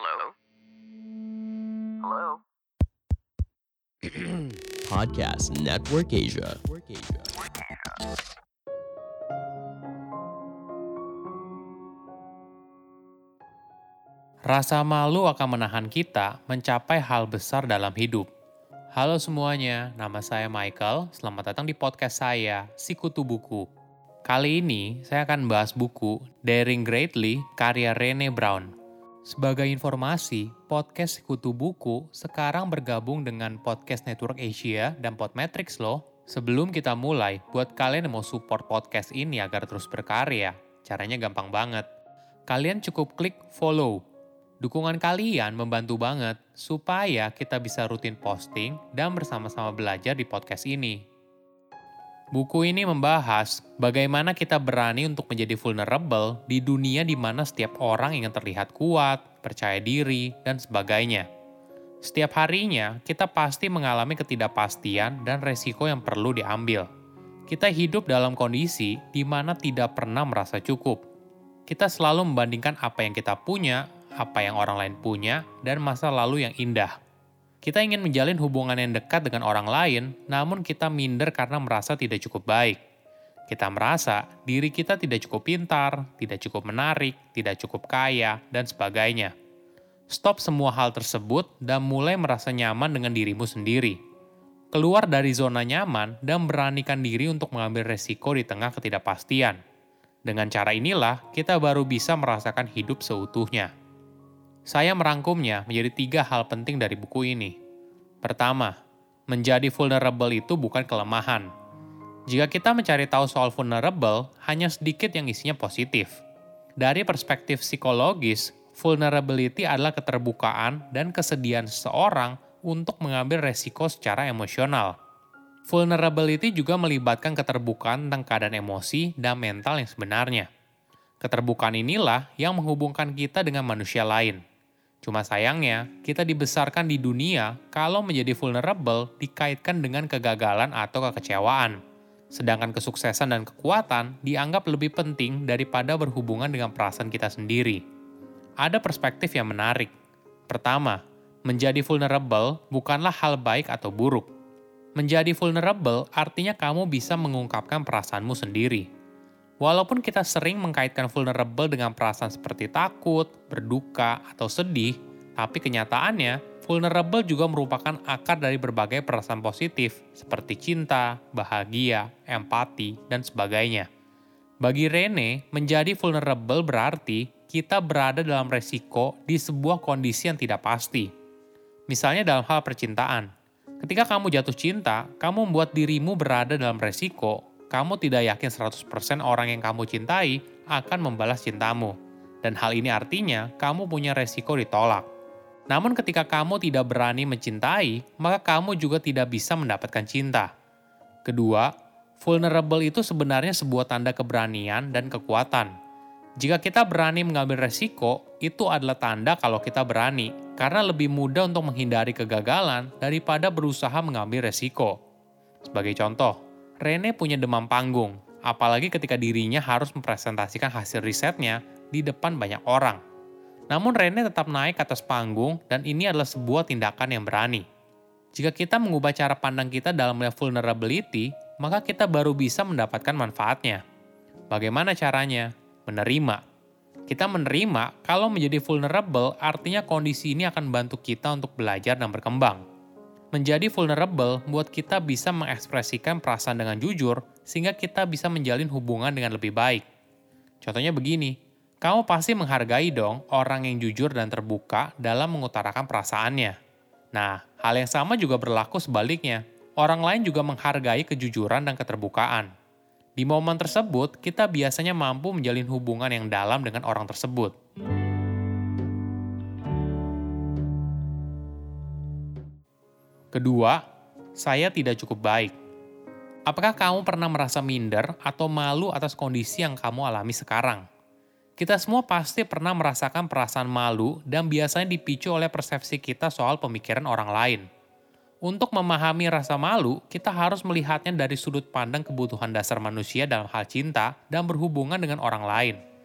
Hello? Hello? Podcast Network Asia. Rasa malu akan menahan kita mencapai hal besar dalam hidup. Halo semuanya, nama saya Michael. Selamat datang di podcast saya, Sikutu Buku. Kali ini saya akan bahas buku Daring Greatly karya Brené Brown. Sebagai informasi, podcast Sikutu Buku sekarang bergabung dengan Podcast Network Asia dan Podmetrics loh. Sebelum kita mulai, buat kalian yang mau support podcast ini agar terus berkarya, caranya gampang banget. Kalian cukup klik follow. Dukungan kalian membantu banget supaya kita bisa rutin posting dan bersama-sama belajar di podcast ini. Buku ini membahas bagaimana kita berani untuk menjadi vulnerable di dunia di mana setiap orang ingin terlihat kuat, percaya diri, dan sebagainya. Setiap harinya, kita pasti mengalami ketidakpastian dan resiko yang perlu diambil. Kita hidup dalam kondisi di mana tidak pernah merasa cukup. Kita selalu membandingkan apa yang kita punya, apa yang orang lain punya, dan masa lalu yang indah. Kita ingin menjalin hubungan yang dekat dengan orang lain, namun kita minder karena merasa tidak cukup baik. Kita merasa diri kita tidak cukup pintar, tidak cukup menarik, tidak cukup kaya, dan sebagainya. Stop semua hal tersebut dan mulai merasa nyaman dengan dirimu sendiri. Keluar dari zona nyaman dan beranikan diri untuk mengambil resiko di tengah ketidakpastian. Dengan cara inilah, kita baru bisa merasakan hidup seutuhnya. Saya merangkumnya menjadi 3 hal penting dari buku ini. Pertama, menjadi vulnerable itu bukan kelemahan. Jika kita mencari tahu soal vulnerable, hanya sedikit yang isinya positif. Dari perspektif psikologis, vulnerability adalah keterbukaan dan kesediaan seseorang untuk mengambil resiko secara emosional. Vulnerability juga melibatkan keterbukaan tentang keadaan emosi dan mental yang sebenarnya. Keterbukaan inilah yang menghubungkan kita dengan manusia lain. Cuma sayangnya, kita dibesarkan di dunia kalau menjadi vulnerable dikaitkan dengan kegagalan atau kekecewaan. Sedangkan kesuksesan dan kekuatan dianggap lebih penting daripada berhubungan dengan perasaan kita sendiri. Ada perspektif yang menarik. Pertama, menjadi vulnerable bukanlah hal baik atau buruk. Menjadi vulnerable artinya kamu bisa mengungkapkan perasaanmu sendiri. Walaupun kita sering mengkaitkan vulnerable dengan perasaan seperti takut, berduka, atau sedih, tapi kenyataannya, vulnerable juga merupakan akar dari berbagai perasaan positif, seperti cinta, bahagia, empati, dan sebagainya. Bagi Rene, menjadi vulnerable berarti kita berada dalam resiko di sebuah kondisi yang tidak pasti. Misalnya dalam hal percintaan. Ketika kamu jatuh cinta, kamu membuat dirimu berada dalam resiko. Kamu tidak yakin 100% orang yang kamu cintai akan membalas cintamu. Dan hal ini artinya kamu punya resiko ditolak. Namun ketika kamu tidak berani mencintai, maka kamu juga tidak bisa mendapatkan cinta. Kedua, vulnerable itu sebenarnya sebuah tanda keberanian dan kekuatan. Jika kita berani mengambil resiko, itu adalah tanda kalau kita berani, karena lebih mudah untuk menghindari kegagalan daripada berusaha mengambil resiko. Sebagai contoh, Rene punya demam panggung, apalagi ketika dirinya harus mempresentasikan hasil risetnya di depan banyak orang. Namun Rene tetap naik ke atas panggung dan ini adalah sebuah tindakan yang berani. Jika kita mengubah cara pandang kita dalam vulnerability, maka kita baru bisa mendapatkan manfaatnya. Bagaimana caranya? Menerima. Kita menerima kalau menjadi vulnerable artinya kondisi ini akan membantu kita untuk belajar dan berkembang. Menjadi vulnerable membuat kita bisa mengekspresikan perasaan dengan jujur sehingga kita bisa menjalin hubungan dengan lebih baik. Contohnya begini, kamu pasti menghargai dong orang yang jujur dan terbuka dalam mengutarakan perasaannya. Nah, hal yang sama juga berlaku sebaliknya. Orang lain juga menghargai kejujuran dan keterbukaan. Di momen tersebut, kita biasanya mampu menjalin hubungan yang dalam dengan orang tersebut. Kedua, saya tidak cukup baik. Apakah kamu pernah merasa minder atau malu atas kondisi yang kamu alami sekarang? Kita semua pasti pernah merasakan perasaan malu dan biasanya dipicu oleh persepsi kita soal pemikiran orang lain. Untuk memahami rasa malu, kita harus melihatnya dari sudut pandang kebutuhan dasar manusia dalam hal cinta dan berhubungan dengan orang lain.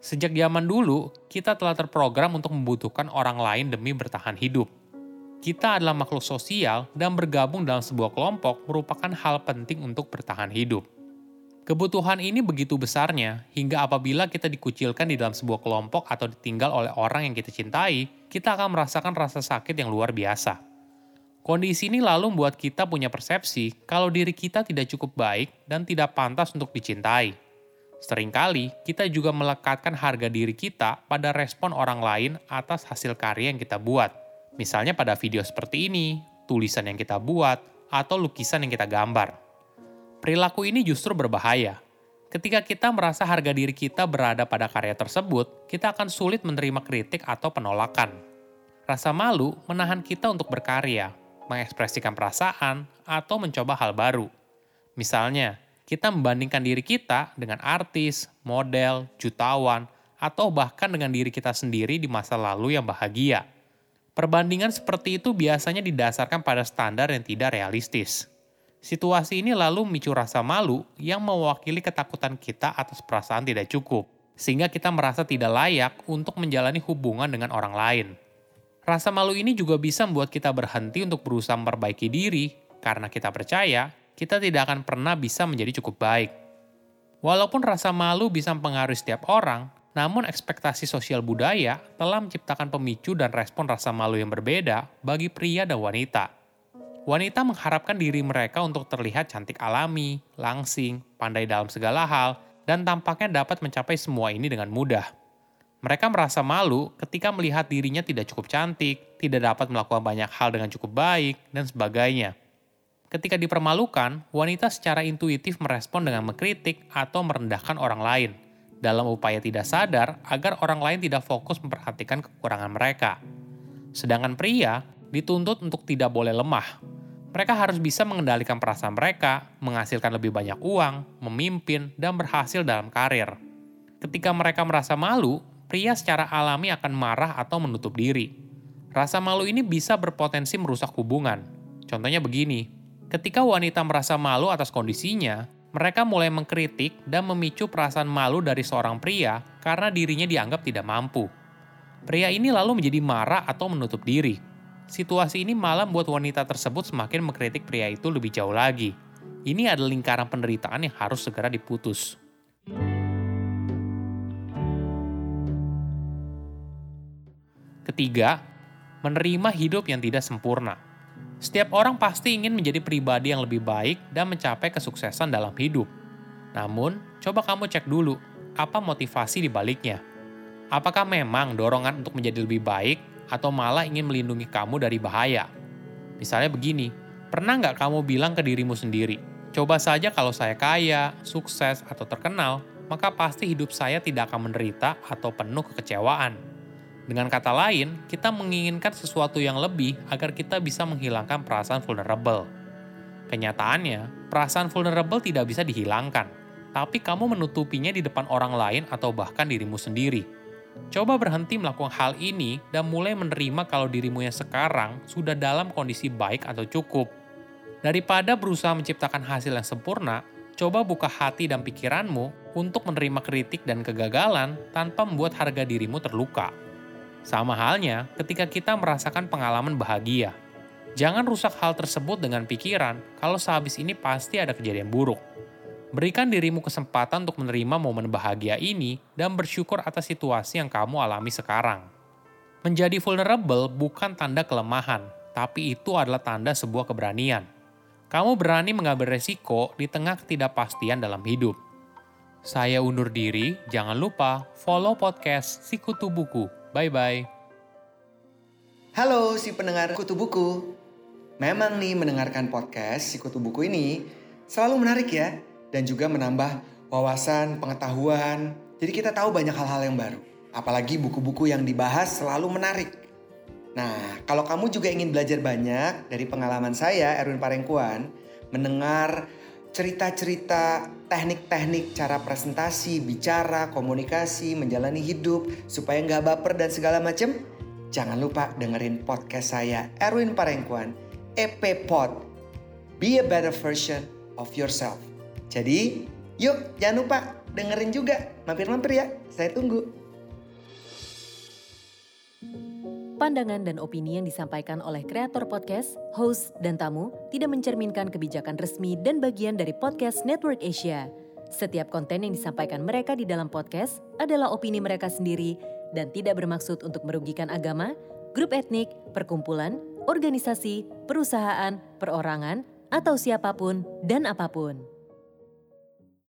Sejak zaman dulu, kita telah terprogram untuk membutuhkan orang lain demi bertahan hidup. Kita adalah makhluk sosial dan bergabung dalam sebuah kelompok merupakan hal penting untuk bertahan hidup. Kebutuhan ini begitu besarnya, hingga apabila kita dikucilkan di dalam sebuah kelompok atau ditinggal oleh orang yang kita cintai, kita akan merasakan rasa sakit yang luar biasa. Kondisi ini lalu membuat kita punya persepsi kalau diri kita tidak cukup baik dan tidak pantas untuk dicintai. Seringkali, kita juga melekatkan harga diri kita pada respon orang lain atas hasil karya yang kita buat. Misalnya pada video seperti ini, tulisan yang kita buat, atau lukisan yang kita gambar. Perilaku ini justru berbahaya. Ketika kita merasa harga diri kita berada pada karya tersebut, kita akan sulit menerima kritik atau penolakan. Rasa malu menahan kita untuk berkarya, mengekspresikan perasaan, atau mencoba hal baru. Misalnya, kita membandingkan diri kita dengan artis, model, jutawan, atau bahkan dengan diri kita sendiri di masa lalu yang bahagia. Perbandingan seperti itu biasanya didasarkan pada standar yang tidak realistis. Situasi ini lalu memicu rasa malu yang mewakili ketakutan kita atas perasaan tidak cukup, sehingga kita merasa tidak layak untuk menjalani hubungan dengan orang lain. Rasa malu ini juga bisa membuat kita berhenti untuk berusaha memperbaiki diri, karena kita percaya kita tidak akan pernah bisa menjadi cukup baik. Walaupun rasa malu bisa mempengaruhi setiap orang, namun ekspektasi sosial budaya telah menciptakan pemicu dan respon rasa malu yang berbeda bagi pria dan wanita. Wanita mengharapkan diri mereka untuk terlihat cantik alami, langsing, pandai dalam segala hal, dan tampaknya dapat mencapai semua ini dengan mudah. Mereka merasa malu ketika melihat dirinya tidak cukup cantik, tidak dapat melakukan banyak hal dengan cukup baik, dan sebagainya. Ketika dipermalukan, wanita secara intuitif merespon dengan mengkritik atau merendahkan orang lain, dalam upaya tidak sadar agar orang lain tidak fokus memperhatikan kekurangan mereka. Sedangkan pria dituntut untuk tidak boleh lemah. Mereka harus bisa mengendalikan perasaan mereka, menghasilkan lebih banyak uang, memimpin, dan berhasil dalam karir. Ketika mereka merasa malu, pria secara alami akan marah atau menutup diri. Rasa malu ini bisa berpotensi merusak hubungan. Contohnya begini. Ketika wanita merasa malu atas kondisinya, mereka mulai mengkritik dan memicu perasaan malu dari seorang pria karena dirinya dianggap tidak mampu. Pria ini lalu menjadi marah atau menutup diri. Situasi ini malah membuat wanita tersebut semakin mengkritik pria itu lebih jauh lagi. Ini adalah lingkaran penderitaan yang harus segera diputus. Ketiga, menerima hidup yang tidak sempurna. Setiap orang pasti ingin menjadi pribadi yang lebih baik dan mencapai kesuksesan dalam hidup. Namun, coba kamu cek dulu, apa motivasi di baliknya? Apakah memang dorongan untuk menjadi lebih baik atau malah ingin melindungi kamu dari bahaya? Misalnya begini, pernah nggak kamu bilang ke dirimu sendiri, coba saja kalau saya kaya, sukses, atau terkenal, maka pasti hidup saya tidak akan menderita atau penuh kekecewaan. Dengan kata lain, kita menginginkan sesuatu yang lebih agar kita bisa menghilangkan perasaan vulnerable. Kenyataannya, perasaan vulnerable tidak bisa dihilangkan, tapi kamu menutupinya di depan orang lain atau bahkan dirimu sendiri. Coba berhenti melakukan hal ini dan mulai menerima kalau dirimu yang sekarang sudah dalam kondisi baik atau cukup. Daripada berusaha menciptakan hasil yang sempurna, coba buka hati dan pikiranmu untuk menerima kritik dan kegagalan tanpa membuat harga dirimu terluka. Sama halnya ketika kita merasakan pengalaman bahagia. Jangan rusak hal tersebut dengan pikiran kalau sehabis ini pasti ada kejadian buruk. Berikan dirimu kesempatan untuk menerima momen bahagia ini dan bersyukur atas situasi yang kamu alami sekarang. Menjadi vulnerable bukan tanda kelemahan, tapi itu adalah tanda sebuah keberanian. Kamu berani mengambil resiko di tengah ketidakpastian dalam hidup. Saya undur diri, jangan lupa follow podcast Si Kutu Buku. Bye-bye. Halo si pendengar Kutu Buku. Memang nih mendengarkan podcast Si Kutu Buku ini selalu menarik ya. Dan juga menambah wawasan, pengetahuan. Jadi kita tahu banyak hal-hal yang baru. Apalagi buku-buku yang dibahas selalu menarik. Nah, kalau kamu juga ingin belajar banyak dari pengalaman saya, Erwin Parengkuan, mendengar cerita-cerita, teknik-teknik cara presentasi, bicara, komunikasi, menjalani hidup, supaya nggak baper dan segala macam, jangan lupa dengerin podcast saya, Erwin Parengkuan, EP Pod, Be a Better Version of Yourself. Jadi, yuk jangan lupa dengerin juga, mampir-mampir ya, saya tunggu. Pandangan dan opini yang disampaikan oleh kreator podcast, host, dan tamu tidak mencerminkan kebijakan resmi dan bagian dari podcast Network Asia. Setiap konten yang disampaikan mereka di dalam podcast adalah opini mereka sendiri dan tidak bermaksud untuk merugikan agama, grup etnik, perkumpulan, organisasi, perusahaan, perorangan, atau siapapun dan apapun.